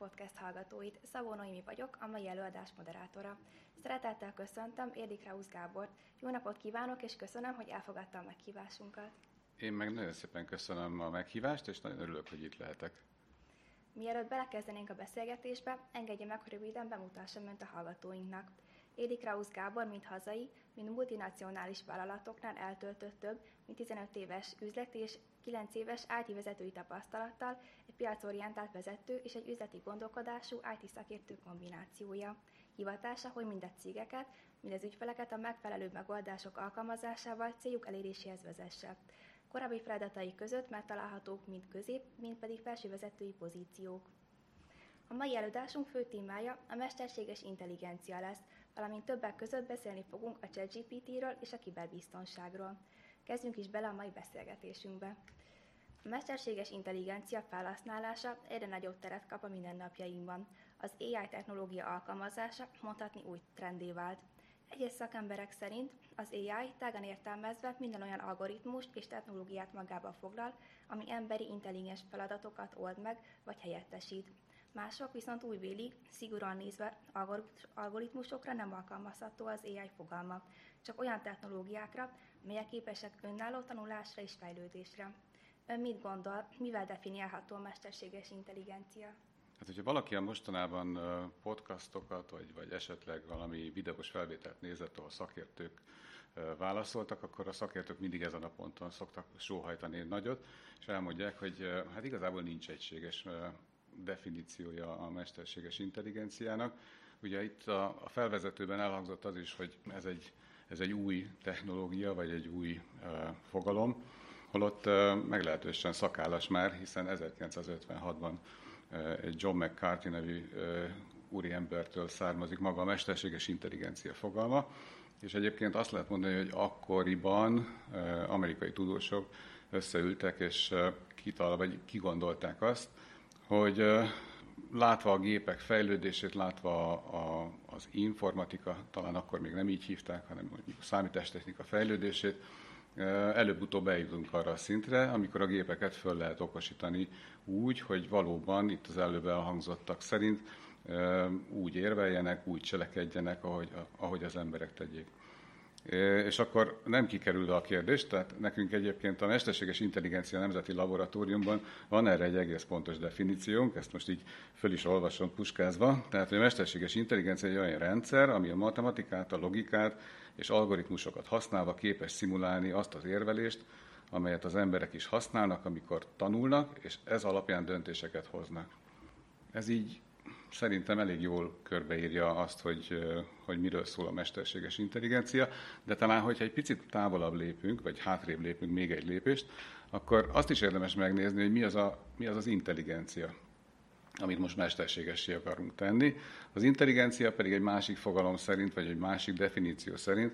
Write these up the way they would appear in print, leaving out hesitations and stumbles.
Podcast hallgatóit, Szabó Noémi vagyok, a mai előadás moderátora. Szeretettel köszöntöm Érdi Krausz Gábort. Jó napot kívánok, és köszönöm, hogy elfogadta a meghívásunkat. Én meg nagyon szépen köszönöm a meghívást, és nagyon örülök, hogy itt lehetek. Mielőtt belekezdenénk a beszélgetésbe, engedje meg, hogy röviden bemutassam önt a hallgatóinknak. Érdi Krausz Gábor mind hazai, mind multinacionális vállalatoknál eltöltött több, mint 15 éves üzleti és 9 éves IT vezetői tapasztalattal, egy piacorientált vezető és egy üzleti gondolkodású IT szakértő kombinációja. Hivatása, hogy mind a cégeket, mind az ügyfeleket a megfelelő megoldások alkalmazásával céljuk eléréséhez vezesse. Korábbi feladatai között megtalálhatók mind közép, mind pedig felső vezetői pozíciók. A mai előadásunk fő témája a mesterséges intelligencia lesz, valamint többek között beszélni fogunk a ChatGPT-ről és a kiberbiztonságról. Kezdjünk is bele a mai beszélgetésünkbe. A mesterséges intelligencia felhasználása egyre nagyobb teret kap a mindennapjainkban. Az AI technológia alkalmazása mondhatni új trendé vált. Egyes szakemberek szerint az AI tágan értelmezve minden olyan algoritmust és technológiát magába foglal, ami emberi intelligens feladatokat old meg vagy helyettesít. Mások viszont úgy vélik, szigorúan nézve algoritmusokra nem alkalmazható az AI fogalma, csak olyan technológiákra, melyek képesek önálló tanulásra és fejlődésre. Ön mit gondol, mivel definiálható a mesterséges intelligencia? Hát, hogyha valaki a mostanában podcastokat, vagy esetleg valami videós felvételt nézett, ahol szakértők válaszoltak, akkor a szakértők mindig ezen a ponton szoktak sóhajtani nagyot, és elmondják, hogy hát igazából nincs egységes definíciója a mesterséges intelligenciának. Ugye itt a felvezetőben elhangzott az is, hogy ez egy új technológia, vagy egy új fogalom, holott meglehetősen szakállas már, hiszen 1956-ban egy John McCarthy nevű úriembertől származik maga a mesterséges intelligencia fogalma, és egyébként azt lehet mondani, hogy akkoriban amerikai tudósok összeültek, és kigondolták azt, hogy látva a gépek fejlődését, látva az informatika, talán akkor még nem így hívták, hanem mondjuk a számítástechnika fejlődését, előbb-utóbb eljutunk arra a szintre, amikor a gépeket föl lehet okosítani úgy, hogy valóban itt az előbb elhangzottak szerint úgy érveljenek, úgy cselekedjenek, ahogy az emberek tegyék. És akkor nem kikerül a kérdés, tehát nekünk egyébként a Mesterséges Intelligencia Nemzeti Laboratóriumban van erre egy egész pontos definíciónk, ezt most így föl is olvasom puskázva. Tehát, hogy a mesterséges intelligencia egy olyan rendszer, ami a matematikát, a logikát és algoritmusokat használva képes szimulálni azt az érvelést, amelyet az emberek is használnak, amikor tanulnak, és ez alapján döntéseket hoznak. Ez így szerintem elég jól körbeírja azt, hogy miről szól a mesterséges intelligencia, de talán, hogyha egy picit távolabb lépünk, vagy hátrébb lépünk még egy lépést, akkor azt is érdemes megnézni, hogy mi az az intelligencia, amit most mesterségessé akarunk tenni. Az intelligencia pedig egy másik fogalom szerint, vagy egy másik definíció szerint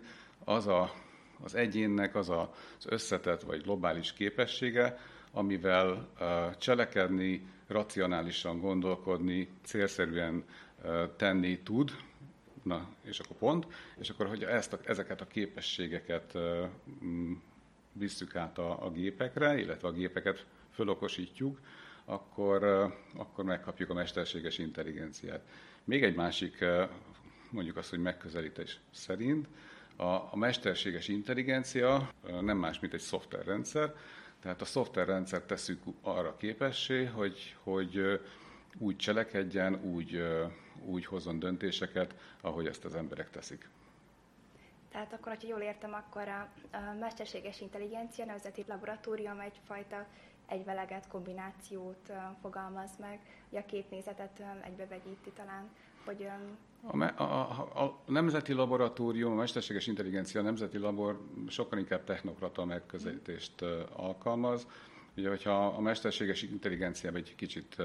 az egyénnek az összetett vagy globális képessége, amivel cselekedni, racionálisan gondolkodni, célszerűen tenni tud, na, és akkor pont, és akkor, hogy ezeket a képességeket visszük át a gépekre, illetve a gépeket fölokosítjuk, akkor megkapjuk a mesterséges intelligenciát. Még egy másik, mondjuk azt, hogy megközelítés szerint, a mesterséges intelligencia nem más, mint egy szoftverrendszer, tehát a szoftverrendszer tesszük arra képessé, hogy úgy cselekedjen, úgy hozzon döntéseket, ahogy ezt az emberek teszik. Tehát akkor, hogyha jól értem, akkor a mesterséges intelligencia nemzeti laboratórium egyfajta egyveleget, kombinációt fogalmaz meg, hogy a két nézetet egybevegyíti talán, hogy... A Nemzeti Laboratórium, a Mesterséges Intelligencia Nemzeti Labor sokkal inkább technokrata megközelítést alkalmaz. Ugye, hogyha a mesterséges intelligenciába egy kicsit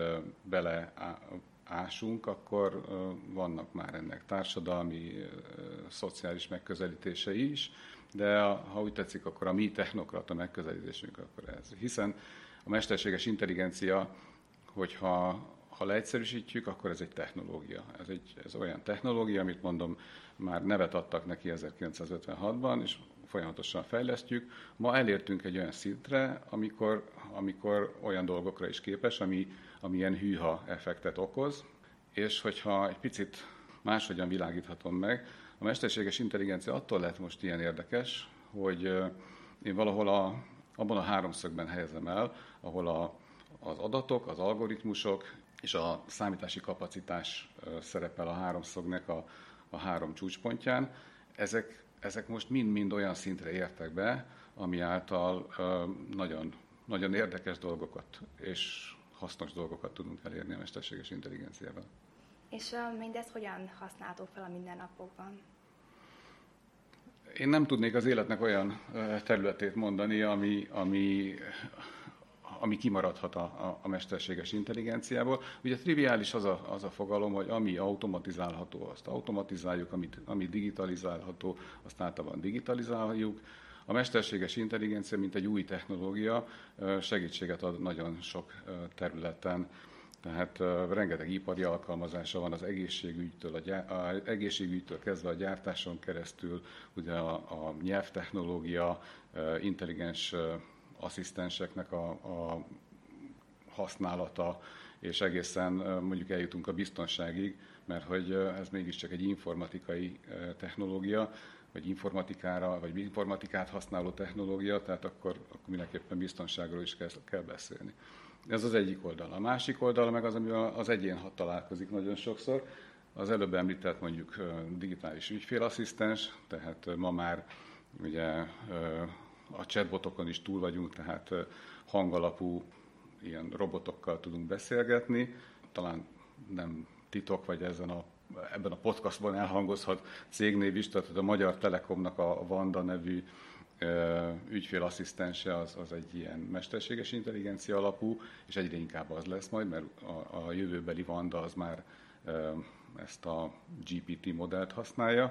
beleásunk, akkor vannak már ennek társadalmi, szociális megközelítései is, de ha úgy tetszik, akkor a mi technokrata megközelítésünk akkor ez. Hiszen a mesterséges intelligencia, hogyha leegyszerűsítjük, akkor ez egy technológia. Ez olyan technológia, amit mondom, már nevet adtak neki 1956-ban, és folyamatosan fejlesztjük. Ma elértünk egy olyan szintre, amikor olyan dolgokra is képes, ami ilyen hűha effektet okoz, És hogyha egy picit máshogyan világíthatom meg, a mesterséges intelligencia attól lett most ilyen érdekes, hogy én valahol abban a háromszögben helyezem el, ahol az adatok, az algoritmusok és a számítási kapacitás szerepel a háromszögnek a három csúcspontján. Ezek most mind-mind olyan szintre értek be, ami által nagyon, nagyon érdekes dolgokat és hasznos dolgokat tudunk elérni a mesterséges intelligenciával. És mindez hogyan használható fel a mindennapokban? Én nem tudnék az életnek olyan területét mondani, ami kimaradhat a mesterséges intelligenciából. Ugye triviális az a fogalom, hogy ami automatizálható, azt automatizáljuk, ami digitalizálható, azt általában digitalizáljuk. A mesterséges intelligencia, mint egy új technológia, segítséget ad nagyon sok területen. Tehát rengeteg ipari alkalmazása van az egészségügytől kezdve a gyártáson keresztül, ugye a nyelvtechnológia, intelligens asszisztenseknek a használata, és egészen mondjuk eljutunk a biztonságig, mert hogy ez mégiscsak egy informatikai technológia, vagy informatikát használó technológia, tehát akkor mindenképpen biztonságról is kell beszélni. Ez az egyik oldal. A másik oldal meg az, amivel az egyén találkozik nagyon sokszor. Az előbb említett mondjuk digitális ügyfélasszisztens, tehát ma már ugye a chatbotokon is túl vagyunk, tehát hangalapú ilyen robotokkal tudunk beszélgetni. Talán nem titok, vagy ebben a podcastban elhangozhat cégnév is, tehát a Magyar Telekomnak a Vanda nevű ügyfélasszisztense az egy ilyen mesterséges intelligencia alapú, és egyre inkább az lesz majd, mert a jövőbeli Vanda az már ezt a GPT modellt használja.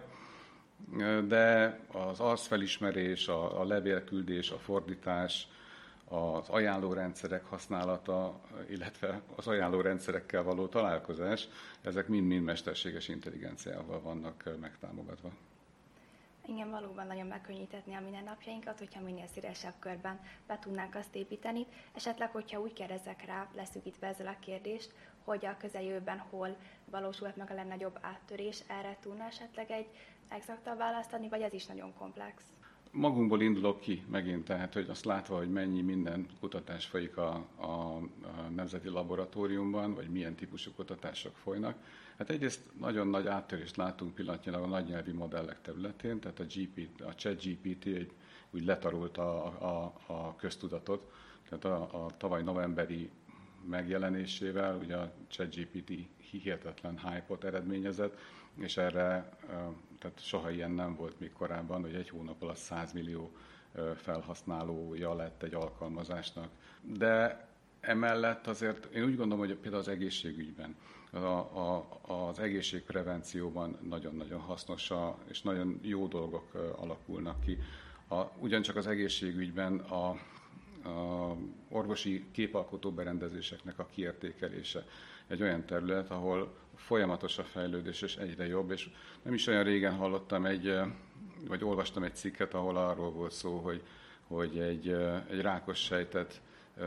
De az arcfelismerés, a levélküldés, a fordítás, az ajánlórendszerek használata, illetve az ajánlórendszerekkel való találkozás, ezek mind-mind mesterséges intelligenciával vannak megtámogatva. Igen, valóban nagyon megkönnyíthetni a mindennapjainkat, hogyha minél szélesebb körben be tudnánk azt építeni. Esetleg, hogyha úgy kérdezek rá, leszűkítve ezzel a kérdést, hogy a közeljövőben hol valósulhat meg a legnagyobb áttörés, erre tudna esetleg egy exaktabb választ adni, vagy ez is nagyon komplex? Magunkból indulok ki megint, tehát hogy azt látva, hogy mennyi minden kutatás folyik a Nemzeti Laboratóriumban, vagy milyen típusú kutatások folynak. Hát egyrészt nagyon nagy áttörést látunk pillanatnyilag a nagynyelvi modellek területén, tehát a ChatGPT úgy letarult a köztudatot, tehát a tavaly novemberi megjelenésével ugye a ChatGPT hihetetlen hype-ot eredményezett, és erre tehát soha ilyen nem volt még korábban, hogy egy hónap alatt 100 millió felhasználója lett egy alkalmazásnak. De emellett azért én úgy gondolom, hogy például az egészségügyben, az egészségprevencióban nagyon-nagyon hasznos és nagyon jó dolgok alakulnak ki. Ugyancsak az egészségügyben a orvosi képalkotó berendezéseknek a kiértékelése egy olyan terület, ahol folyamatos a fejlődés, és egyre jobb, és nem is olyan régen hallottam vagy olvastam egy cikket, ahol arról volt szó, hogy egy rákos sejtet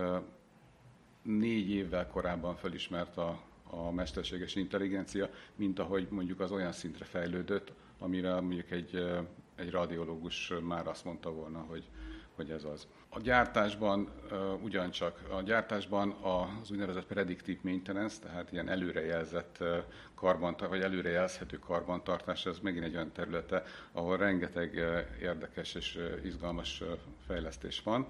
4 évvel korábban felismert a mesterséges intelligencia, mint ahogy mondjuk az olyan szintre fejlődött, amire mondjuk egy radiológus már azt mondta volna, hogy ez az. A gyártásban ugyancsak, az úgynevezett predictive maintenance, tehát ilyen előrejelzett vagy előrejelzhető karbantartás, ez megint egy olyan területe, ahol rengeteg érdekes és izgalmas fejlesztés van.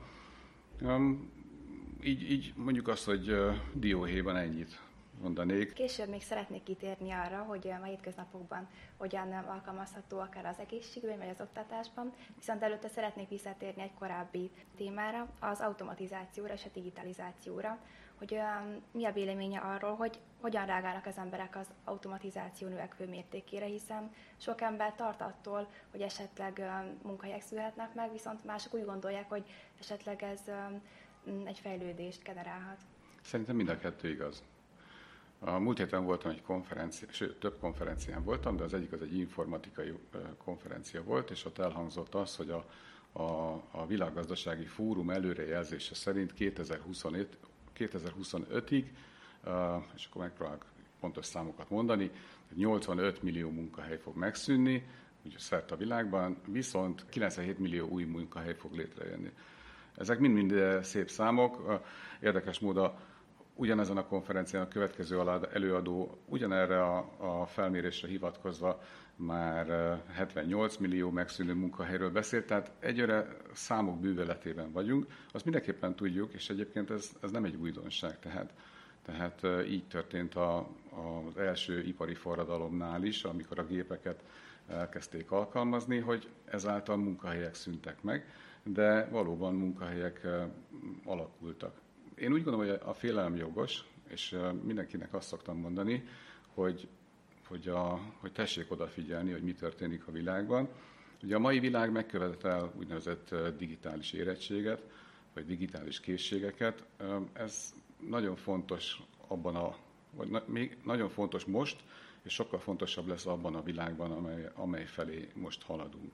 Így mondjuk azt, hogy dióhéjban ennyit mondanék. Később még szeretnék kitérni arra, hogy a hétköznapokban hogyan alkalmazható akár az egészségügyben vagy az oktatásban, viszont előtte szeretnék visszatérni egy korábbi témára, az automatizációra és a digitalizációra, hogy mi a véleménye arról, hogy hogyan reagálnak az emberek az automatizáció növekvő mértékére, hiszen sok ember tart attól, hogy esetleg munkahelyek születnek meg, viszont mások úgy gondolják, hogy esetleg ez egy fejlődést generálhat. Szerintem mind a kettő igaz. A múlt héten voltam egy konferencián, sőt, több konferencián voltam, de az egyik az egy informatikai konferencia volt, és ott elhangzott az, hogy a világgazdasági fórum előrejelzése szerint 2025-ig, és akkor megpróbálok pontos számokat mondani, 85 millió munkahely fog megszűnni, ugye szerte a világban, viszont 97 millió új munkahely fog létrejönni. Ezek mind-mind szép számok. Érdekes módon ugyanezen a konferencián a következő előadó ugyanerre a felmérésre hivatkozva már 78 millió megszűnő munkahelyről beszélt, tehát egyre számok bűvöletében vagyunk. Azt mindenképpen tudjuk, és egyébként ez nem egy újdonság, tehát így történt az első ipari forradalomnál is, amikor a gépeket elkezdték alkalmazni, hogy ezáltal munkahelyek szűntek meg, de valóban munkahelyek alakultak. Én úgy gondolom, hogy a félelem jogos, és mindenkinek azt szoktam mondani, hogy tessék odafigyelni, hogy mi történik a világban. Ugye a mai világ megkövetel úgynevezett digitális érettséget, vagy digitális készségeket. Ez nagyon fontos még nagyon fontos most, és sokkal fontosabb lesz abban a világban, amely felé most haladunk.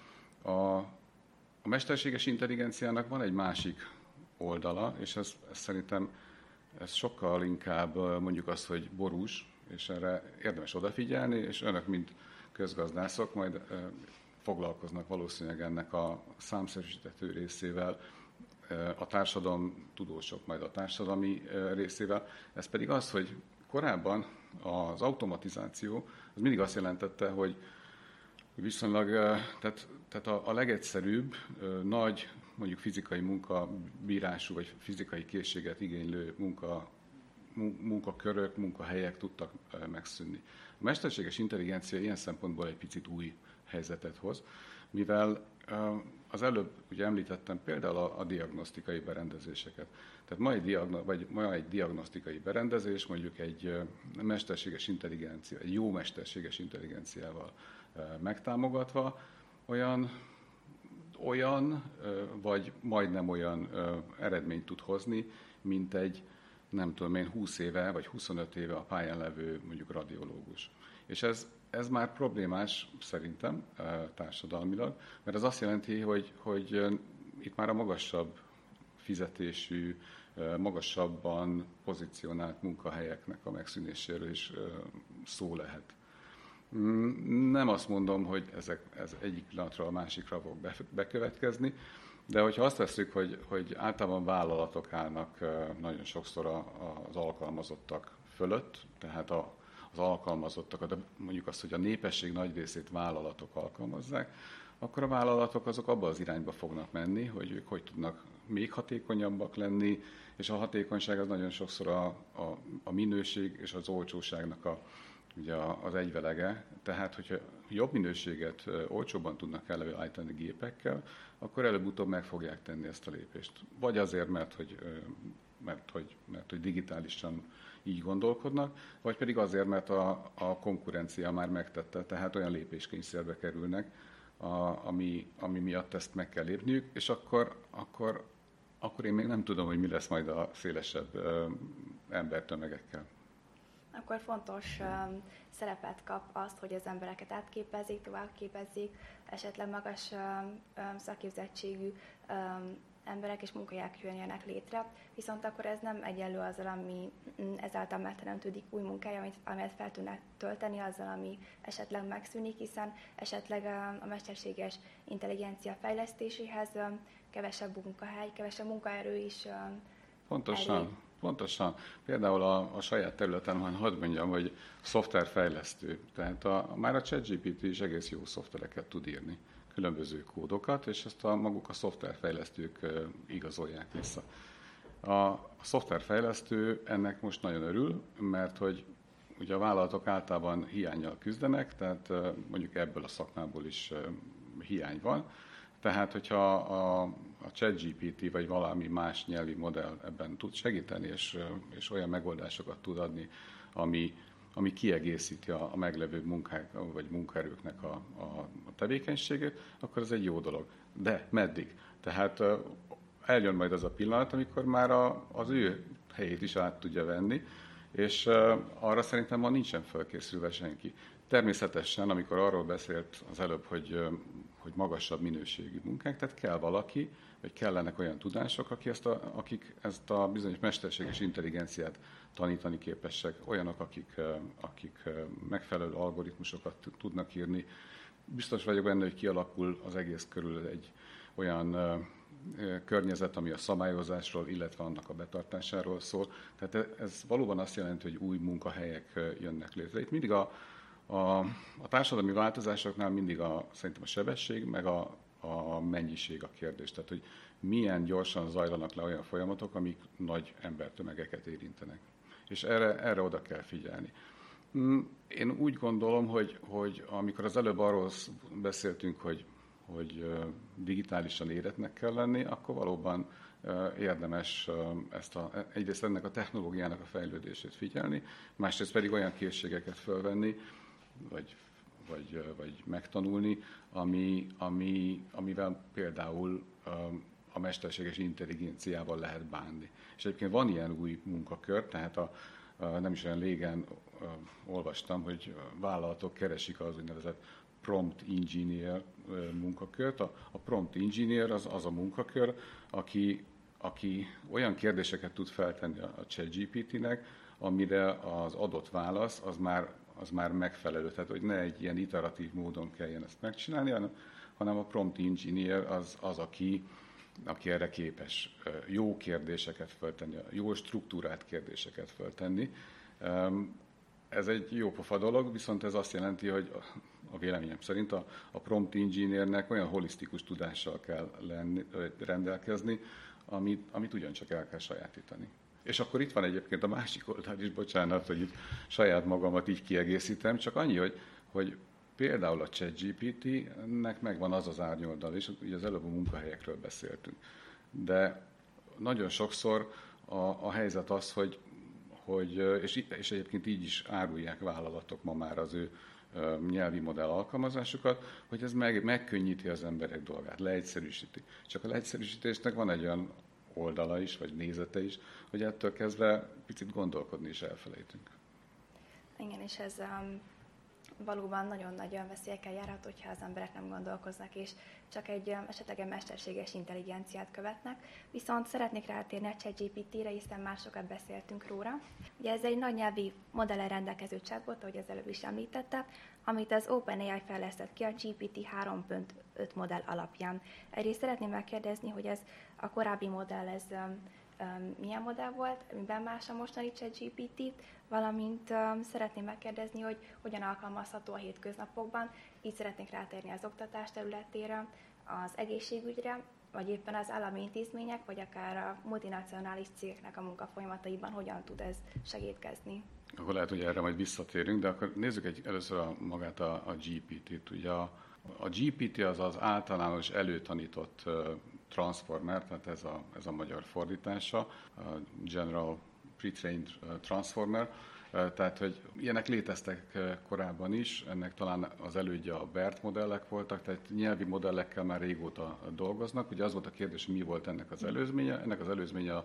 A mesterséges intelligenciának van egy másik oldala, és ez szerintem sokkal inkább mondjuk azt, hogy borús, és erre érdemes odafigyelni, és önök, mint közgazdászok, majd foglalkoznak valószínűleg ennek a számszerűsítető részével, a társadalom tudósok majd a társadalmi részével. Ez pedig az, hogy korábban az automatizáció az mindig azt jelentette, hogy viszonylag, tehát a legegyszerűbb, nagy, mondjuk fizikai munkabírású, vagy fizikai készséget igénylő munkakörök, munkahelyek tudtak megszűnni. A mesterséges intelligencia ilyen szempontból egy picit új helyzetet hoz, mivel az előbb ugye említettem például a diagnosztikai berendezéseket. Tehát ma egy diagnosztikai berendezés, mondjuk egy mesterséges intelligencia, egy jó mesterséges intelligenciával megtámogatva, olyan vagy majdnem olyan eredményt tud hozni, mint egy, nem tudom én, 20 éve vagy 25 éve a pályán levő mondjuk radiológus. És ez már problémás szerintem társadalmilag, mert ez azt jelenti, hogy itt már a magasabb fizetésű, magasabban pozícionált munkahelyeknek a megszűnéséről is szó lehet. Nem azt mondom, hogy ez egyik pillanatra a másikra fog bekövetkezni, de hogyha azt vesszük, hogy általában vállalatok állnak nagyon sokszor az alkalmazottak fölött, tehát az alkalmazottakat, de mondjuk azt, hogy a népesség nagy részét vállalatok alkalmazzák, akkor a vállalatok azok abba az irányba fognak menni, hogy ők hogy tudnak még hatékonyabbak lenni, és a hatékonyság az nagyon sokszor a minőség és az olcsóságnak ugye az egyvelege. Tehát, hogyha jobb minőséget olcsóbban tudnak előállítani gépekkel, akkor előbb-utóbb meg fogják tenni ezt a lépést. Vagy azért, mert hogy digitálisan így gondolkodnak, vagy pedig azért, mert a konkurencia már megtette, tehát olyan lépéskényszerbe kerülnek, ami miatt ezt meg kell lépniük, és akkor én még nem tudom, hogy mi lesz majd a szélesebb embertömegekkel. Akkor fontos szerepet kap azt, hogy az embereket átképezik, továbbképezik, esetleg magas szakképzettségű emberek és munkahelyek jönjenek létre, viszont akkor ez nem egyenlő azzal, ami ezáltal megteremtődik új munkája, amelyet fel tudnak tölteni azzal, ami esetleg megszűnik, hiszen esetleg a mesterséges intelligencia fejlesztéséhez kevesebb munkahely, kevesebb munkaerő is Pontosan. Például a saját területen, hadd mondjam, hogy szoftverfejlesztő. Tehát már a ChatGPT is egész jó szoftvereket tud írni, különböző kódokat, és ezt maguk a szoftverfejlesztők igazolják vissza. A szoftverfejlesztő ennek most nagyon örül, mert hogy ugye a vállalatok általában hiánnyal küzdenek, tehát mondjuk ebből a szakmából is hiány van. Tehát, hogyha a ChatGPT vagy valami más nyelvi modell ebben tud segíteni, és olyan megoldásokat tud adni, ami kiegészíti a meglevő munkák vagy munkaerőknek a tevékenységét, akkor ez egy jó dolog. De meddig? Tehát eljön majd az a pillanat, amikor már az ő helyét is át tudja venni, és arra szerintem ma nincsen felkészülve senki. Természetesen, amikor arról beszélt az előbb, hogy hogy magasabb minőségű munkák, tehát kell valaki, vagy kellenek olyan tudások, akik ezt a bizonyos mesterséges intelligenciát tanítani képesek, olyanok, akik megfelelő algoritmusokat tudnak írni. Biztos vagyok benne, hogy kialakul az egész körül egy olyan környezet, ami a szabályozásról, illetve annak a betartásáról szól. Tehát ez valóban azt jelenti, hogy új munkahelyek jönnek létre. Itt mindig a társadalmi változásoknál mindig szerintem a sebesség, meg a mennyiség a kérdés. Tehát, hogy milyen gyorsan zajlanak le olyan folyamatok, amik nagy embertömegeket érintenek. És erre oda kell figyelni. Én úgy gondolom, hogy amikor az előbb arról beszéltünk, hogy digitálisan éretnek kell lenni, akkor valóban érdemes egyrészt ennek a technológiának a fejlődését figyelni, másrészt pedig olyan készségeket fölvenni, vagy megtanulni, amivel például a mesterséges intelligenciával lehet bánni. És egyébként van ilyen új munkakör, tehát nem is olyan régen olvastam, hogy vállalatok keresik az úgynevezett prompt engineer munkakört. A prompt engineer az a munkakör, aki olyan kérdéseket tud feltenni a ChatGPT-nek, amire az adott válasz az már megfelelő. Tehát, hogy ne egy ilyen iteratív módon kelljen ezt megcsinálni, hanem a prompt engineer az aki erre képes jó kérdéseket föltenni, jó struktúrált kérdéseket föltenni. Ez egy jó pofa dolog, viszont ez azt jelenti, hogy a véleményem szerint a prompt engineernek olyan holisztikus tudással kell rendelkezni, amit ugyancsak el kell sajátítani. És akkor itt van egyébként a másik oldal is, bocsánat, hogy itt saját magamat így kiegészítem, csak annyi, hogy például a ChatGPT-nek megvan az árnyoldal is, ugye az előbb a munkahelyekről beszéltünk. De nagyon sokszor a helyzet az, és egyébként így is árulják vállalatok ma már az ő nyelvi modell alkalmazásukat, hogy ez megkönnyíti az emberek dolgát, leegyszerűsíti. Csak a leegyszerűsítésnek van egy olyan oldala is, vagy nézete is, hogy ettől kezdve picit gondolkodni is elfelejtünk. Igen, és ez valóban nagyon nagy veszélyekkel járhat, hogyha az emberek nem gondolkoznak, és csak esetleg egy mesterséges intelligenciát követnek. Viszont szeretnék rátérni a ChatGPT-re, hiszen már sokat beszéltünk róla. Ugye ez egy nagy nyelvi modellen rendelkező chatbot, ahogy az előbb is említette, amit az OpenAI fejlesztett ki a GPT 3.5 modell alapján. Egyrészt szeretném megkérdezni, hogy ez a korábbi modell, ez milyen modell volt, miben más a mostani ChatGPT, valamint szeretném megkérdezni, hogy hogyan alkalmazható a hétköznapokban. Így szeretnék rátérni az oktatás területére, az egészségügyre, vagy éppen az állami intézmények, vagy akár a multinacionális cégeknek a munkafolyamataiban hogyan tud ez segítkezni. Akkor lehet, hogy erre majd visszatérünk, de akkor nézzük először magát a GPT-t. Ugye a GPT az az általános előtanított transformer, tehát ez a magyar fordítása, a General Pre-trained Transformer, tehát hogy ilyenek léteztek korábban is, ennek talán az elődje a BERT modellek voltak, tehát nyelvi modellekkel már régóta dolgoznak. Ugye az volt a kérdés, hogy mi volt ennek az előzménye. Ennek az előzménye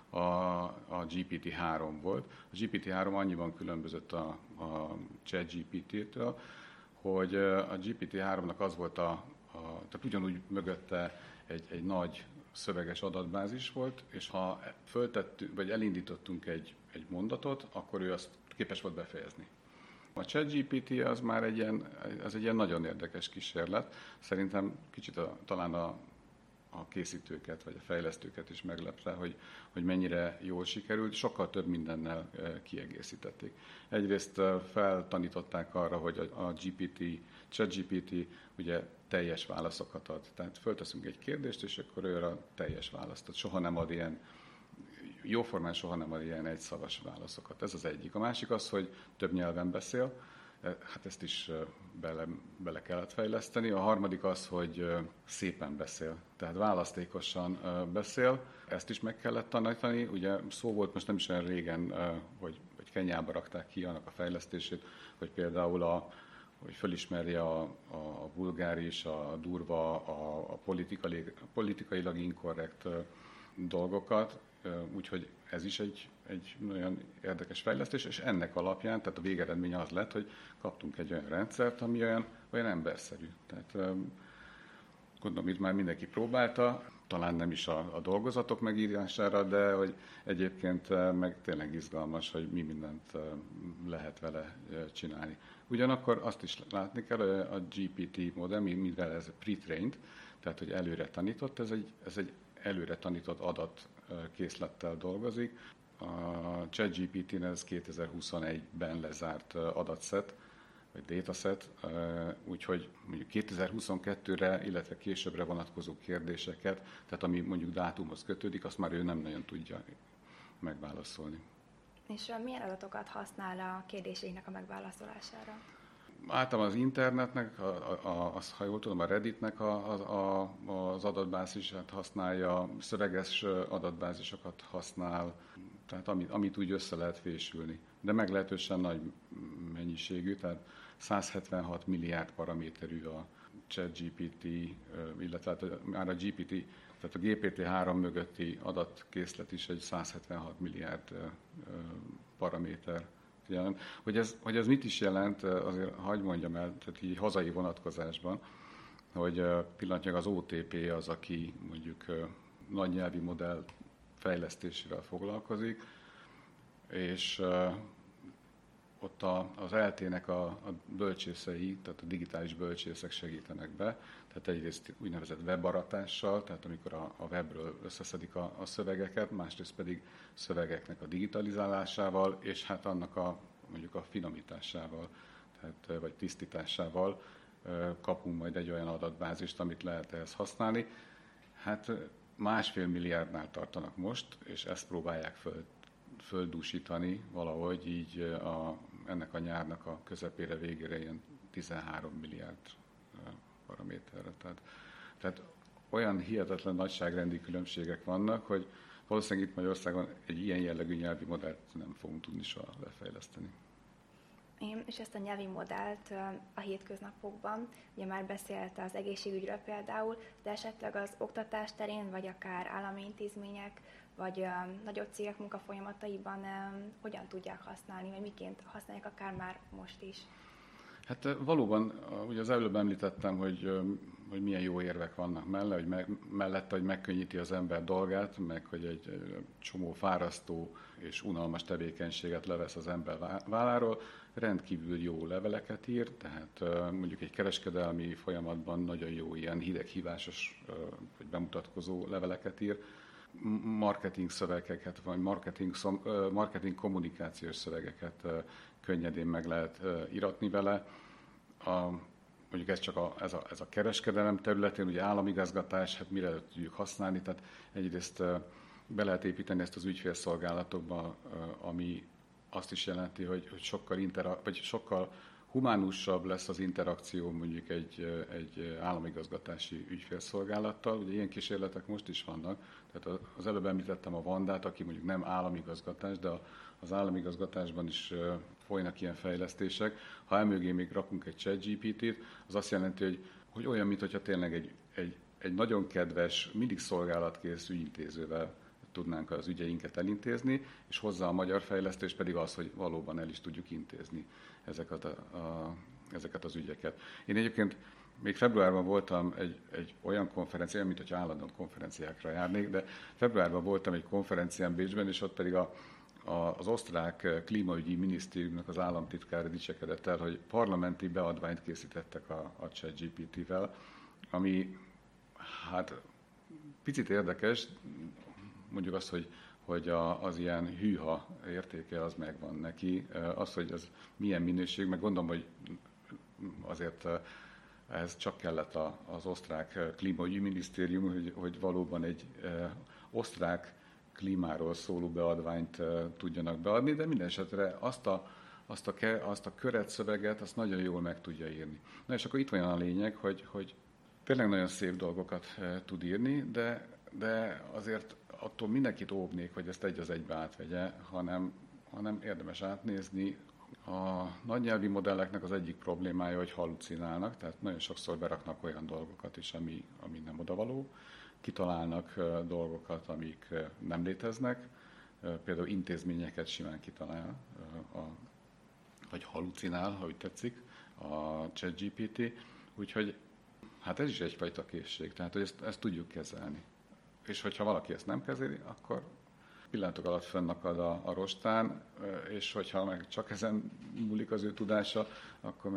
a GPT-3 volt. A GPT-3 annyiban különbözött a ChatGPT-től, hogy a GPT-3-nak az volt tehát ugyanúgy mögötte egy nagy szöveges adatbázis volt, és ha vagy elindítottunk egy mondatot, akkor ő azt képes volt befejezni. A ChatGPT az már egy ilyen nagyon érdekes kísérlet. Szerintem kicsit talán a készítőket, vagy a fejlesztőket is meglepte, hogy mennyire jól sikerült, sokkal több mindennel kiegészítették. Egyrészt feltanították arra, hogy a ChatGPT ugye teljes válaszokat ad. Tehát fölteszünk egy kérdést, és akkor ő a teljes választ ad. Soha nem ad ilyen, jóformán soha nem ad ilyen egyszavas válaszokat. Ez az egyik. A másik az, hogy több nyelven beszél. Hát ezt is bele kellett fejleszteni. A harmadik az, hogy szépen beszél, tehát választékosan beszél. Ezt is meg kellett tanítani. Ugye szó volt most nem is olyan régen, hogy Kenyába rakták ki annak a fejlesztését, hogy például hogy fölismerje a vulgáris, a durva, a politikailag inkorrekt dolgokat. Úgyhogy ez is egy nagyon érdekes fejlesztés, és ennek alapján, tehát a végeredménye az lett, hogy kaptunk egy olyan rendszert, ami olyan emberszerű. Tehát Gondolom, itt már mindenki próbálta, talán nem is a dolgozatok megírására, de hogy egyébként meg tényleg izgalmas, hogy mi mindent lehet vele csinálni. Ugyanakkor azt is látni kell, hogy a GPT modell, mivel ez pre-trained, tehát hogy előre tanított, ez egy előre tanított adatkészlettel dolgozik. A ChatGPT-n ez 2021-ben lezárt adatszet, vagy dataset, úgyhogy mondjuk 2022-re, illetve későbbre vonatkozó kérdéseket, tehát ami mondjuk dátumhoz kötődik, azt már ő nem nagyon tudja megválaszolni. És milyen adatokat használ a kérdéseinek a megválaszolására? Általában az internetnek, ha jól tudom, a Redditnek az adatbázisát használja, szöveges adatbázisokat használ, tehát amit úgy össze lehet fésülni. De meglehetősen nagy mennyiségű, tehát 176 milliárd paraméterű a ChatGPT, illetve már a GPT, tehát a GPT-3 mögötti adatkészlet is egy 176 milliárd paraméter jelent. Hogy ez mit is jelent, azért hadd mondjam el, tehát így hazai vonatkozásban, hogy pillanatnyilag az OTP az, aki mondjuk nagy nyelvi modell fejlesztésével foglalkozik, és ott az ELTE-nek a bölcsészei, tehát a digitális bölcsészek segítenek be, tehát egyrészt úgynevezett webaratással, tehát amikor a webről összeszedik a szövegeket, másrészt pedig szövegeknek a digitalizálásával, és hát annak mondjuk a finomításával, tehát, vagy tisztításával kapunk majd egy olyan adatbázist, amit lehet ehhez használni. Hát 1,5 milliárdnál tartanak most, és ezt próbálják földúsítani valahogy így ennek a nyárnak a közepére, végére ilyen 13 milliárd paraméterre. Tehát olyan hihetetlen nagyságrendi különbségek vannak, hogy valószínűleg itt Magyarországon egy ilyen jellegű nyelvi modellt nem fogunk tudni soha lefejleszteni. És ezt a nyelvi modellt a hétköznapokban, ugye már beszélt az egészségügyről például, de esetleg az oktatás terén, vagy akár állami intézmények, vagy nagyobb cégek munkafolyamataiban hogyan tudják használni, vagy miként használják akár már most is? Hát valóban, ugye az előbb említettem, hogy milyen jó érvek vannak mellette, hogy megkönnyíti az ember dolgát, meg hogy egy csomó fárasztó és unalmas tevékenységet levesz az ember válláról, rendkívül jó leveleket ír, tehát mondjuk egy kereskedelmi folyamatban nagyon jó ilyen hideghívásos vagy bemutatkozó leveleket ír, marketing szövegeket, vagy marketing kommunikációs szövegeket könnyedén meg lehet íratni vele. Mondjuk ez csak ez a kereskedelem területén, ugye államigazgatás, hát mire tudjuk használni, tehát egyrészt be lehet építeni ezt az ügyfélszolgálatokba, ami azt is jelenti, hogy sokkal humánusabb lesz az interakció mondjuk egy államigazgatási ügyfélszolgálattal. Ugye ilyen kísérletek most is vannak, tehát az előbb említettem a Vandát, aki mondjuk nem államigazgatás, de az államigazgatásban is folynak ilyen fejlesztések. Ha emögé még rakunk egy ChatGPT-t, az azt jelenti, hogy olyan, mintha tényleg egy nagyon kedves, mindig szolgálatkész ügyintézővel tudnánk az ügyeinket elintézni, és hozzá a magyar fejlesztés pedig az, hogy valóban el is tudjuk intézni ezeket az ügyeket. Én egyébként még februárban voltam egy olyan konferencián, mint hogyha állandóan konferenciákra járnék, de februárban voltam egy konferencián Bécsben, és ott pedig az osztrák klímaügyi minisztériumnak az államtitkára dicsekedett el, hogy parlamenti beadványt készítettek a ChatGPT-vel, ami hát picit érdekes, mondjuk azt, hogy az ilyen hűha értéke az megvan neki, az, hogy ez milyen minőség, meg gondolom, hogy azért ehhez csak kellett az osztrák klímaügyi minisztérium, hogy valóban egy osztrák klímáról szóló beadványt tudjanak beadni, de minden esetre azt a köretszöveget, azt nagyon jól meg tudja írni. Na és akkor itt van a lényeg, hogy tényleg nagyon szép dolgokat tud írni, de azért attól mindenkit óvnék, hogy ezt egy az egybe átvegye, hanem érdemes átnézni. A nagynyelvi modelleknek az egyik problémája, hogy hallucinálnak, tehát nagyon sokszor beraknak olyan dolgokat is, ami nem odavaló. Kitalálnak dolgokat, amik nem léteznek, például intézményeket simán kitalál, vagy hallucinál, ha úgy tetszik, a ChatGPT. Úgyhogy Hát ez is egyfajta készség, tehát hogy ezt tudjuk kezelni. És hogyha valaki ezt nem kezeli, akkor pillanatok alatt fönnakad a rostán, és hogyha meg csak ezen múlik az ő tudása, akkor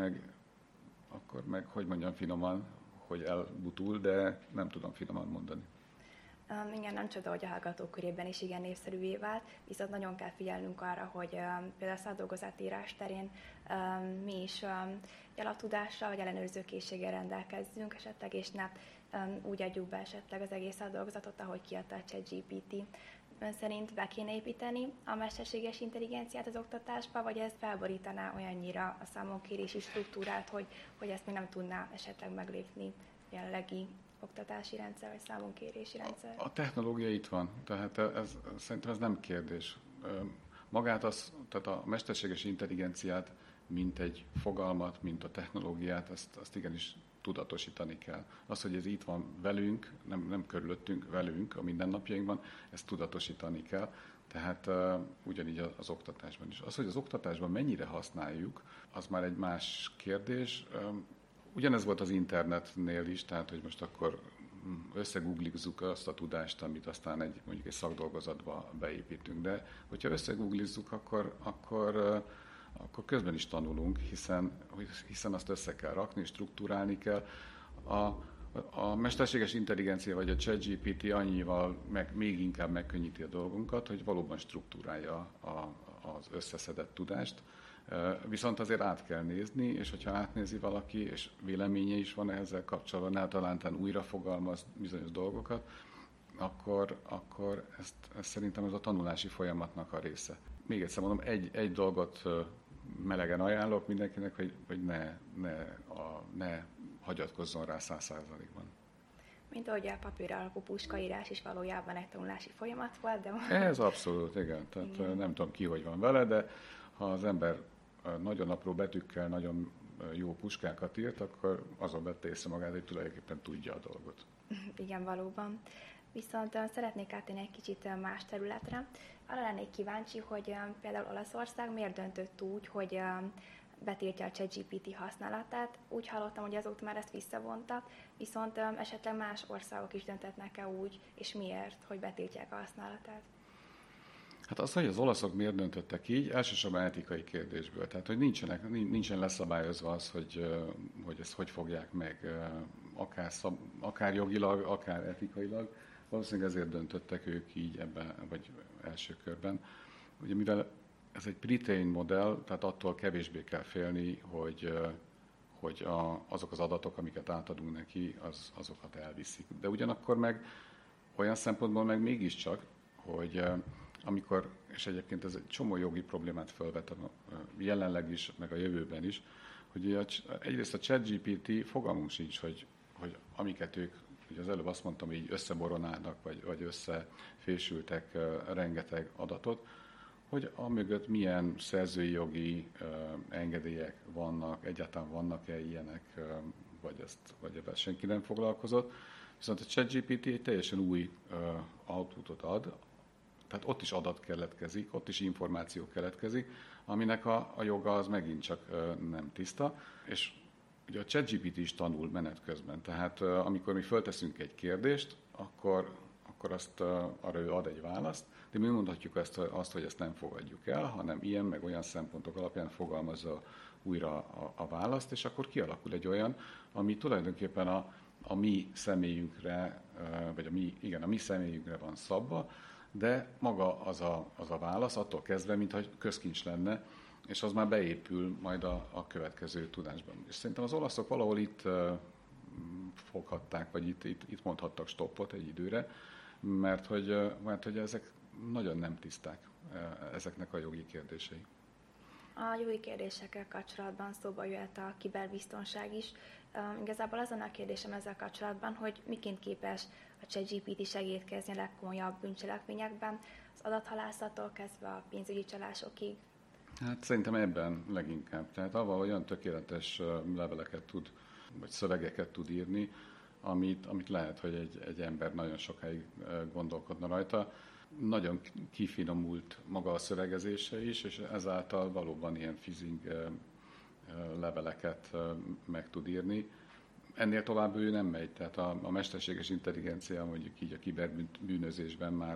meg hogy mondjam finoman, hogy elbutul, de nem tudom finoman mondani. Igen, nem csoda, hogy a hallgatók körében is igen népszerűvé vált, viszont nagyon kell figyelnünk arra, hogy például a szakdolgozatírás terén mi is alaptudással vagy ellenőrző készséggel rendelkezzünk esetleg, és ne úgy adjuk be esetleg az egész szakdolgozatot, ahogy kiadta a ChatGPT. Ön szerint be kéne építeni a mesterséges intelligenciát az oktatásba, vagy ez felborítaná olyannyira a számonkérési struktúrát, hogy ezt még nem tudná esetleg meglépni jelenlegi oktatási rendszer, vagy számonkérési rendszer? A technológia itt van, tehát szerintem ez nem kérdés. Tehát a mesterséges intelligenciát, mint egy fogalmat, mint a technológiát, azt igenis tudatosítani kell. Az, hogy ez itt van velünk, nem körülöttünk, velünk a mindennapjainkban, ezt tudatosítani kell. Tehát ugyanígy az oktatásban is. Az, hogy az oktatásban mennyire használjuk, az már egy más kérdés. Ugyanez volt az internetnél is, tehát hogy most akkor összegooglizzuk azt a tudást, amit aztán mondjuk egy szakdolgozatba beépítünk. De hogyha összegooglizzuk, akkor közben is tanulunk, hiszen azt össze kell rakni, struktúrálni kell. A mesterséges intelligencia vagy a ChatGPT annyival még inkább megkönnyíti a dolgunkat, hogy valóban struktúrálja az összeszedett tudást. Viszont azért át kell nézni, és hogyha átnézi valaki, és véleménye is van ezzel kapcsolatban, talán újra fogalmaz bizonyos dolgokat, akkor ezt szerintem ez a tanulási folyamatnak a része. Még egyszer mondom, egy dolgot melegen ajánlok mindenkinek, hogy ne hagyatkozzon rá 100%-ban. Mint ahogy a papír alapú puskaírás is valójában egy tanulási folyamat volt, de... Ez abszolút, igen. Tehát igen. Nem tudom ki, hogy van vele, de ha az ember nagyon apró betűkkel nagyon jó puskákat írt, akkor azon vette észre magát, hogy tulajdonképpen tudja a dolgot. Igen, valóban. Viszont szeretnék átérni egy kicsit más területre. Arra lennék kíváncsi, hogy például Olaszország miért döntött úgy, hogy betiltja a ChatGPT használatát. Úgy hallottam, hogy azóta már ezt visszavonta, viszont esetleg más országok is döntetnek-e úgy, és miért, hogy betiltják a használatát? Hát az, hogy az olaszok miért döntöttek így, elsősorban etikai kérdésből. Tehát, hogy nincsen leszabályozva az, hogy ezt hogy fogják meg, akár jogilag, akár etikailag. Valószínűleg ezért döntöttek ők így ebben, vagy első körben. Ugye mivel ez egy pre-trained modell, tehát attól kevésbé kell félni, hogy azok az adatok, amiket átadunk neki, azokat elviszik. De ugyanakkor meg olyan szempontból meg mégiscsak, hogy amikor, és egyébként ez egy csomó jogi problémát felvet jelenleg is, meg a jövőben is, hogy egyrészt a ChatGPT fogalmunk sincs, hogy amiket ők, ugye az előbb azt mondtam, hogy így összeboronálnak, vagy összefésültek rengeteg adatot, hogy amögött milyen szerzői jogi engedélyek vannak, egyáltalán vannak-e ilyenek, vagy ebben senki nem foglalkozott. Viszont a ChatGPT egy teljesen új outputot ad, tehát ott is adat keletkezik, ott is információ keletkezik, aminek a joga az megint csak nem tiszta, és ugye a ChatGPT is tanul menet közben, tehát amikor mi fölteszünk egy kérdést, akkor azt arra ő ad egy választ, de mi mondhatjuk azt, hogy ezt nem fogadjuk el, hanem ilyen meg olyan szempontok alapján fogalmazza újra a választ, és akkor kialakul egy olyan, ami tulajdonképpen a mi személyünkre, vagy a mi személyünkre van szabva, de maga az a válasz attól kezdve, mintha közkincs lenne, és az már beépül majd a következő tudásban. És szerintem az olaszok valahol itt foghatták, vagy itt mondhattak stoppot egy időre, mert hogy ezek nagyon nem tiszták, ezeknek a jogi kérdései. A jogi kérdésekkel kapcsolatban szóba jöhet a kiberbiztonság is. Igazából azon a kérdésem ezzel kapcsolatban, hogy miként képes a ChatGPT segítkezni a legkomolyabb bűncselekményekben, az adathalászattól kezdve a pénzügyi csalásokig. Hát szerintem ebben leginkább. Tehát avval olyan tökéletes leveleket tud, vagy szövegeket tud írni, amit lehet, hogy egy ember nagyon sokáig gondolkodna rajta. Nagyon kifinomult maga a szövegezése is, és ezáltal valóban ilyen phishing leveleket meg tud írni. ennél tovább ő nem megy, tehát a mesterséges intelligencia mondjuk így a kiberbűnözésben már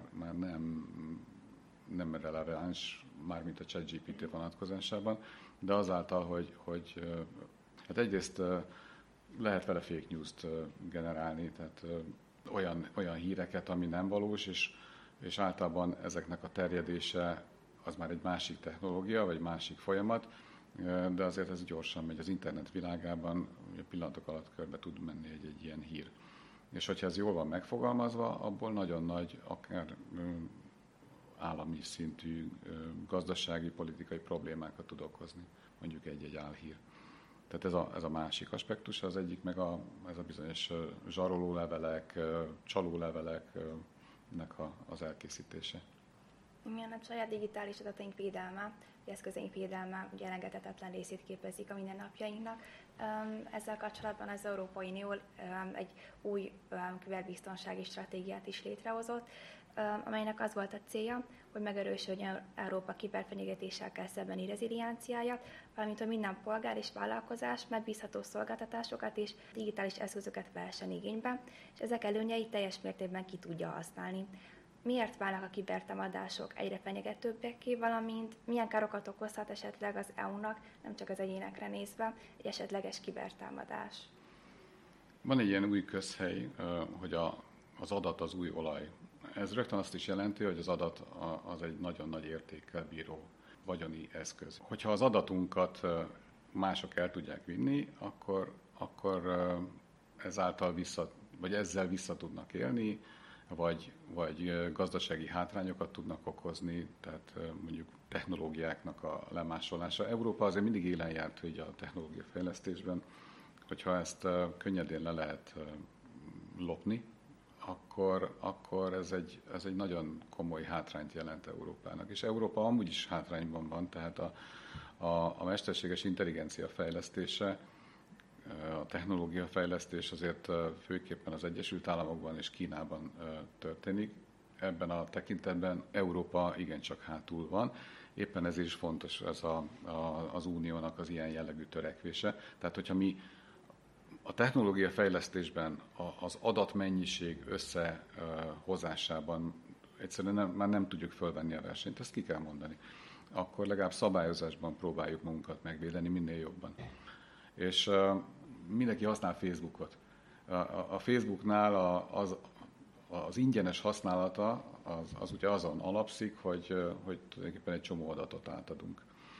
nem releváns, mármint a ChatGPT vonatkozásában, de azáltal, hogy hát egyrészt lehet vele fake news-t generálni, tehát olyan híreket, ami nem valós, és általában ezeknek a terjedése az már egy másik technológia, vagy másik folyamat, de azért ez gyorsan megy az internet világában, pillanatok alatt körbe tud menni egy ilyen hír. És hogyha ez jól van megfogalmazva, abból nagyon nagy, akár állami szintű gazdasági, politikai problémákat tud okozni, mondjuk egy álhír. Tehát ez a másik aspektus, az egyik meg ez a bizonyos zsarolólevelek, csalóleveleknek az elkészítése. Milyen a saját digitális adataink védelme, eszközeink védelme ugye elengedhetetlen részét képezik a mindennapjainknak. Ezzel kapcsolatban az Európai Unió egy új kiberbiztonsági stratégiát is létrehozott, amelynek az volt a célja, hogy megerősödjön Európa kiberfenyegetésekkel szembeni rezilienciája, valamint hogy minden polgár és vállalkozás megbízható szolgáltatásokat és digitális eszközöket vehessen igénybe, és ezek előnyeit teljes mértékben ki tudja használni. Miért válnak a kibertámadások egyre fenyegetőbbekké, valamint milyen károkat okozhat esetleg az EU-nak, nem csak az egyénekre nézve, egy esetleges kibertámadás? Van egy ilyen új közhely, hogy az adat az új olaj. Ez rögtön azt is jelenti, hogy az adat az egy nagyon nagy értékkel bíró vagyoni eszköz. Hogyha az adatunkat mások el tudják vinni, akkor ezzel vissza tudnak élni, vagy gazdasági hátrányokat tudnak okozni, tehát mondjuk technológiáknak a lemásolása. Európa azért mindig élen járt hogy a technológiafejlesztésben, hogyha ezt könnyedén le lehet lopni, akkor ez egy nagyon komoly hátrányt jelent Európának. És Európa amúgy is hátrányban van, tehát a mesterséges intelligencia fejlesztése, a technológiafejlesztés azért főképpen az Egyesült Államokban és Kínában történik. Ebben a tekintetben Európa igencsak hátul van. Éppen ezért is fontos ez az uniónak az ilyen jellegű törekvése. Tehát, hogyha mi a technológiafejlesztésben az adatmennyiség összehozásában egyszerűen már nem tudjuk fölvenni a versenyt, ezt ki kell mondani, akkor legalább szabályozásban próbáljuk magunkat megvédeni minél jobban. És mindenki használ Facebookot. A Facebooknál az ingyenes használata az ugye azon alapszik, hogy tulajdonképpen egy csomó adatot átadunk.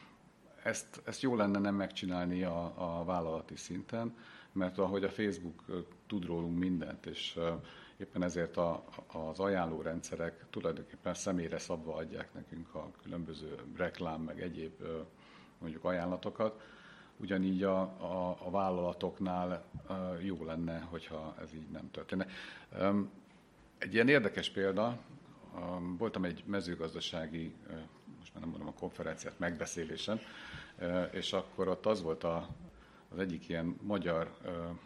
Ezt jó lenne nem megcsinálni a vállalati szinten, mert ahogy a Facebook tud rólunk mindent, és éppen ezért az ajánlórendszerek tulajdonképpen személyre szabva adják nekünk a különböző reklám, meg egyéb mondjuk ajánlatokat, ugyanígy a vállalatoknál jó lenne, hogyha ez így nem történne. Egy ilyen érdekes példa, voltam egy mezőgazdasági, most már nem mondom a konferenciát, megbeszélésen, és akkor ott az volt az egyik ilyen magyar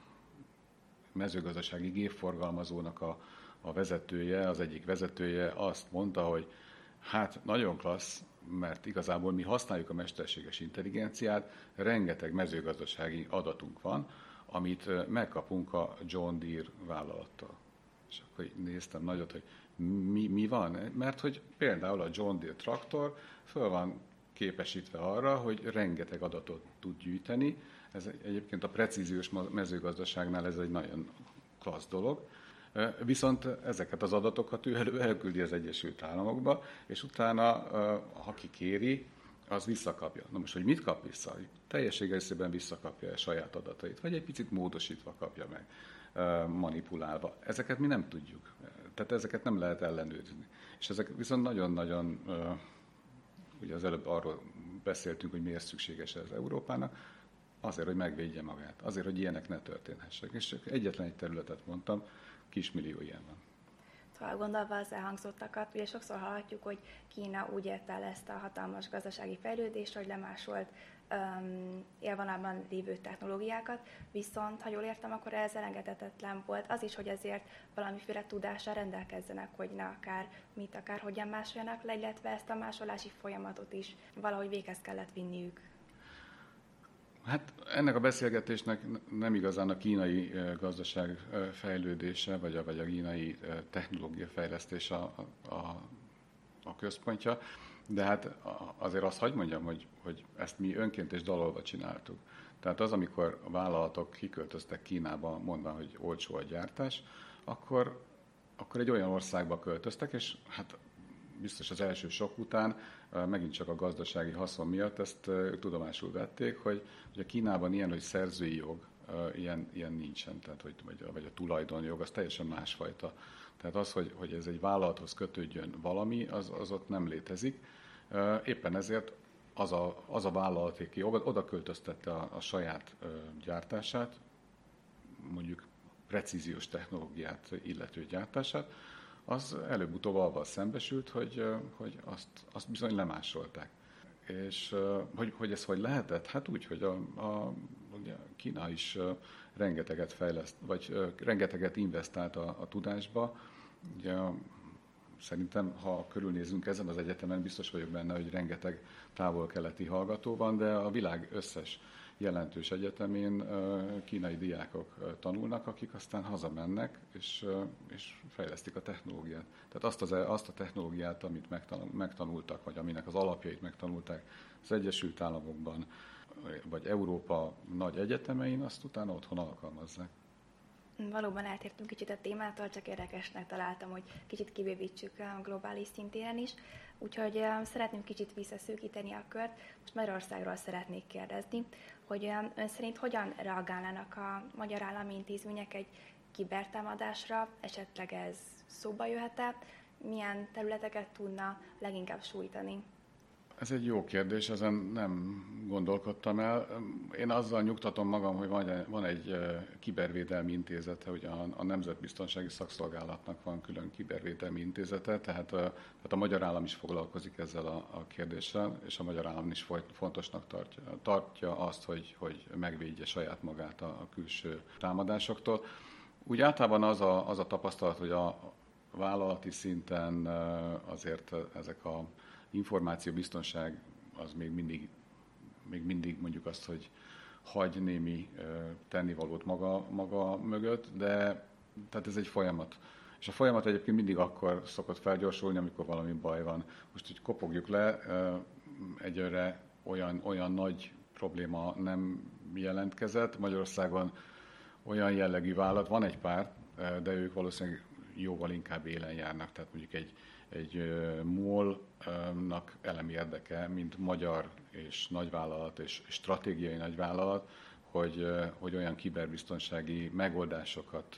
mezőgazdasági gépforgalmazónak a vezetője, az egyik vezetője azt mondta, hogy hát nagyon klassz, mert igazából mi használjuk a mesterséges intelligenciát, rengeteg mezőgazdasági adatunk van, amit megkapunk a John Deere vállalattól. És akkor néztem nagyot, hogy mi van? Mert hogy például a John Deere traktor föl van képesítve arra, hogy rengeteg adatot tud gyűjteni. Ez egyébként a precíziós mezőgazdaságnál ez egy nagyon klassz dolog. Viszont ezeket az adatokat ő elküldi az Egyesült Államokba, és utána, ha ki kéri, az visszakapja. Na most, hogy mit kap vissza? Teljes egészében visszakapja a saját adatait, vagy egy picit módosítva kapja meg, manipulálva. Ezeket mi nem tudjuk. Tehát ezeket nem lehet ellenőrizni. És ezek viszont nagyon-nagyon, ugye az előbb arról beszéltünk, hogy miért szükséges ez Európának, azért, hogy megvédje magát, azért, hogy ilyenek ne történhessek. És csak egyetlen egy területet mondtam, kismillió ilyen van. Tovább gondolva az elhangzottakat, ugye sokszor hallhatjuk, hogy Kína úgy érte el ezt a hatalmas gazdasági fejlődést, hogy lemásolt élvonalban lévő technológiákat, viszont, ha jól értem, akkor ez elengedhetetlen volt az is, hogy ezért valamiféle tudással rendelkezzenek, hogy ne akár hogyan másoljanak le, illetve ezt a másolási folyamatot is valahogy véghez kellett vinniük. Hát ennek a beszélgetésnek nem igazán a kínai gazdaság fejlődése, vagy a kínai technológia fejlesztése a központja, de hát azért azt hadd mondjam, hogy ezt mi önként és dalolva csináltuk. Tehát az, amikor a vállalatok kiköltöztek Kínába, mondva, hogy olcsó a gyártás, akkor egy olyan országba költöztek, és hát biztos az első sok után, megint csak a gazdasági haszon miatt ezt tudomásul vették, hogy a Kínában ilyen, hogy szerzői jog, ilyen nincsen, tehát, vagy a tulajdonjog, az teljesen másfajta. Tehát az, hogy ez egy vállalathoz kötődjön valami, az ott nem létezik. Éppen ezért az a vállalat, aki oda költöztette a saját gyártását, mondjuk precíziós technológiát illető gyártását, az előbb-utóbb avval szembesült, hogy azt bizony lemásolták. És hogy ez hogy lehetett? Hát úgy, hogy ugye Kína is rengeteget fejleszt, vagy rengeteget investált a tudásba. Ugye, szerintem, ha körülnézünk ezen az egyetemen, biztos vagyok benne, hogy rengeteg távol-keleti hallgató van, de a világ összes jelentős egyetemén kínai diákok tanulnak, akik aztán hazamennek és fejlesztik a technológiát. Tehát azt a technológiát, amit megtanultak, vagy aminek az alapjait megtanulták az Egyesült Államokban, vagy Európa nagy egyetemein, azt utána otthon alkalmazzák. Valóban eltértünk kicsit a témától, csak érdekesnek találtam, hogy kicsit kibővítsük a globális szintéren is. Úgyhogy szeretném kicsit visszaszűkíteni a kört. Most Magyarországról szeretnék kérdezni, hogy ön szerint hogyan reagálnának a magyar állami intézmények egy kibertámadásra, esetleg ez szóba jöhet-e, milyen területeket tudna leginkább sújtani? Ez egy jó kérdés, ezen nem gondolkodtam el. Én azzal nyugtatom magam, hogy van egy kibervédelmi intézete, hogy a Nemzetbiztonsági Szakszolgálatnak van külön kibervédelmi intézete, tehát a magyar állam is foglalkozik ezzel a kérdéssel, és a magyar állam is fontosnak tartja azt, hogy megvédje saját magát a külső támadásoktól. Úgy általában az a tapasztalat, hogy a vállalati szinten azért ezek a információbiztonság az még mindig mondjuk azt, hogy hagy némi tennivalót maga mögött, de tehát ez egy folyamat. És a folyamat egyébként mindig akkor szokott felgyorsulni, amikor valami baj van. Most, hogy kopogjuk le, egyre olyan nagy probléma nem jelentkezett. Magyarországon olyan jellegű vállalat, van egy pár, de ők valószínűleg jóval inkább élen járnak, tehát mondjuk egy MOL-nak elemi érdeke, mint magyar és nagyvállalat és stratégiai nagyvállalat, hogy olyan kiberbiztonsági megoldásokat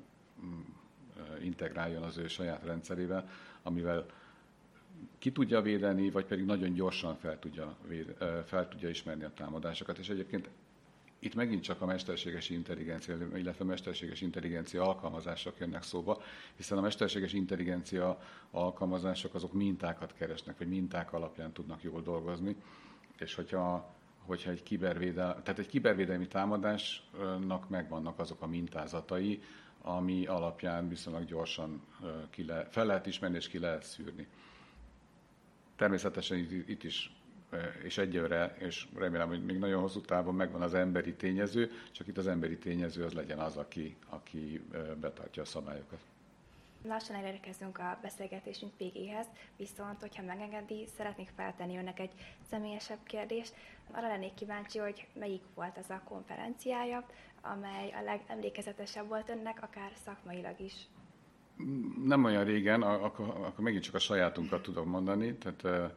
integráljon az ő saját rendszerével, amivel ki tudja védeni, vagy pedig nagyon gyorsan fel tudja ismerni a támadásokat. És egyébként itt megint csak a mesterséges intelligencia, illetve a mesterséges intelligencia alkalmazások jönnek szóba, hiszen a mesterséges intelligencia alkalmazások azok mintákat keresnek, vagy minták alapján tudnak jól dolgozni, és hogyha egy kibervédelmi támadásnak megvannak azok a mintázatai, ami alapján viszonylag gyorsan fel lehet ismerni és ki lehet szűrni. Természetesen itt is és egyőre, és remélem, hogy még nagyon hosszú távon megvan az emberi tényező, csak itt az emberi tényező az legyen az, aki betartja a szabályokat. Lassan elérkezünk a beszélgetésünk végéhez, viszont, hogyha megengedi, szeretnék feltenni önnek egy személyesebb kérdést. Arra lennék kíváncsi, hogy melyik volt az a konferenciája, amely a legemlékezetesebb volt önnek, akár szakmailag is. Nem olyan régen, akkor megint csak a sajátunkat tudom mondani, tehát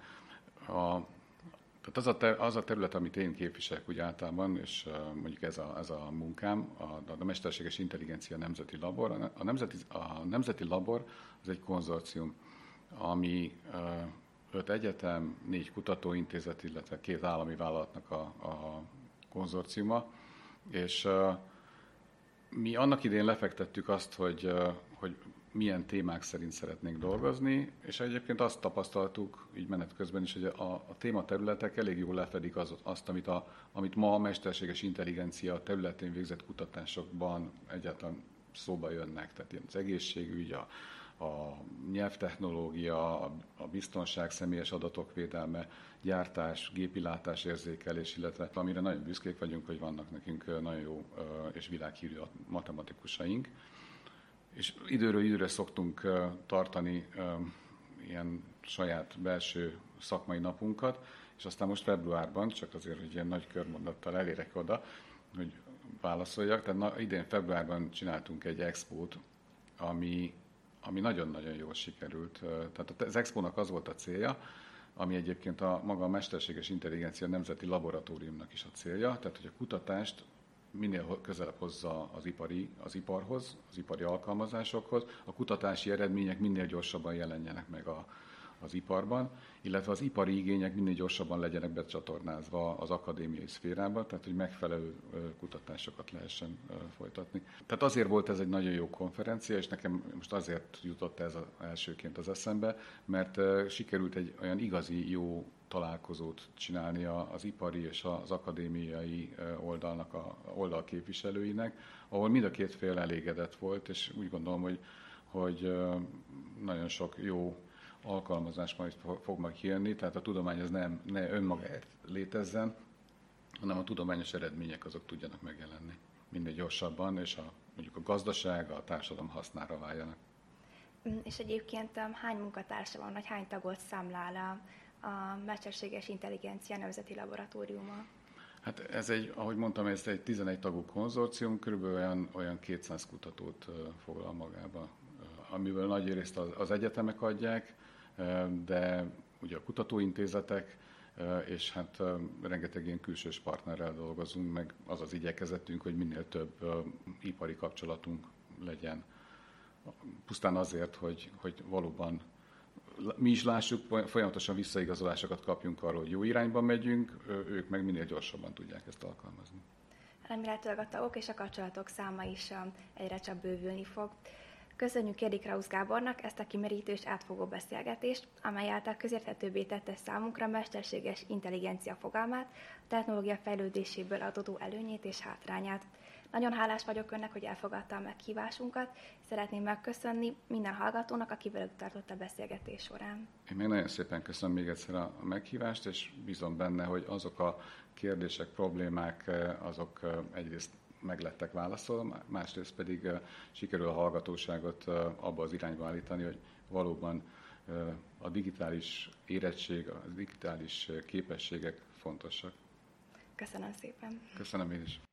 az a terület, amit én képviselek úgy általában, és mondjuk ez a munkám, a Mesterséges Intelligencia Nemzeti Labor. A Nemzeti Labor az egy konzorcium, ami 5 egyetem, 4 kutatóintézet, illetve 2 állami vállalatnak a konzorciuma, és mi annak idején lefektettük azt, hogy milyen témák szerint szeretnénk dolgozni, és egyébként azt tapasztaltuk így menet közben is, hogy a tématerületek elég jól lefedik azt, amit ma a mesterséges intelligencia területén végzett kutatásokban egyáltalán szóba jönnek. Tehát az egészségügy, a nyelvtechnológia, a biztonság, személyes adatok védelme, gyártás, gépilátás, érzékelés, illetve amire nagyon büszkék vagyunk, hogy vannak nekünk nagyon jó és világhírű matematikusaink. És időről időre szoktunk tartani ilyen saját belső szakmai napunkat, és aztán most februárban, csak azért, hogy ilyen nagy körmondattal elérek oda, hogy válaszoljak, tehát idén februárban csináltunk egy expót, ami nagyon-nagyon jól sikerült. Tehát az expónak az volt a célja, ami egyébként maga a mesterséges intelligencia nemzeti laboratóriumnak is a célja, tehát hogy a kutatást minél közelebb hozza az iparhoz, az ipari alkalmazásokhoz, a kutatási eredmények minél gyorsabban jelenjenek meg az iparban, illetve az ipari igények minél gyorsabban legyenek becsatornázva az akadémiai szférába, tehát hogy megfelelő kutatásokat lehessen folytatni. Tehát azért volt ez egy nagyon jó konferencia, és nekem most azért jutott ez elsőként az eszembe, mert sikerült egy olyan igazi jó találkozót csinálni az ipari és az akadémiai oldal képviselőinek, ahol mind a két fél elégedett volt, és úgy gondolom, hogy nagyon sok jó alkalmazás majd fog majd kijönni, tehát a tudomány az ne önmagáért létezzen, hanem a tudományos eredmények azok tudjanak megjelenni minél gyorsabban, és mondjuk a gazdaság, a társadalom hasznára váljanak. És egyébként hány munkatársa van, vagy hány tagot számlál a mesterséges intelligencia nemzeti laboratóriuma? Hát ahogy mondtam, ez egy 11 tagú konzorcium, körülbelül olyan 200 kutatót foglal magába, amiből nagy részt az egyetemek adják, de ugye a kutatóintézetek, és hát rengeteg ilyen külsős partnerrel dolgozunk, meg az igyekezetünk, hogy minél több ipari kapcsolatunk legyen. Pusztán azért, hogy valóban mi is lássuk, folyamatosan visszaigazolásokat kapjunk arról, hogy jó irányba megyünk, ők meg minél gyorsabban tudják ezt alkalmazni. Remélhetőleg a tagok és a kapcsolatok száma is egyre csak bővülni fog. Köszönjük Érdi Krausz Gábornak ezt a kimerítő és átfogó beszélgetést, amely által közérthetőbbé tette számunkra mesterséges intelligencia fogalmát, a technológia fejlődéséből adódó előnyét és hátrányát. Nagyon hálás vagyok önnek, hogy elfogadta a meghívásunkat, és szeretném megköszönni minden hallgatónak, aki velük tartott a beszélgetés során. Én még nagyon szépen köszönöm még egyszer a meghívást, és bízom benne, hogy azok a kérdések, problémák, azok egyrészt meg lettek válaszolva, másrészt pedig sikerül a hallgatóságot abba az irányba állítani, hogy valóban a digitális érettség, a digitális képességek fontosak. Köszönöm szépen. Köszönöm én is.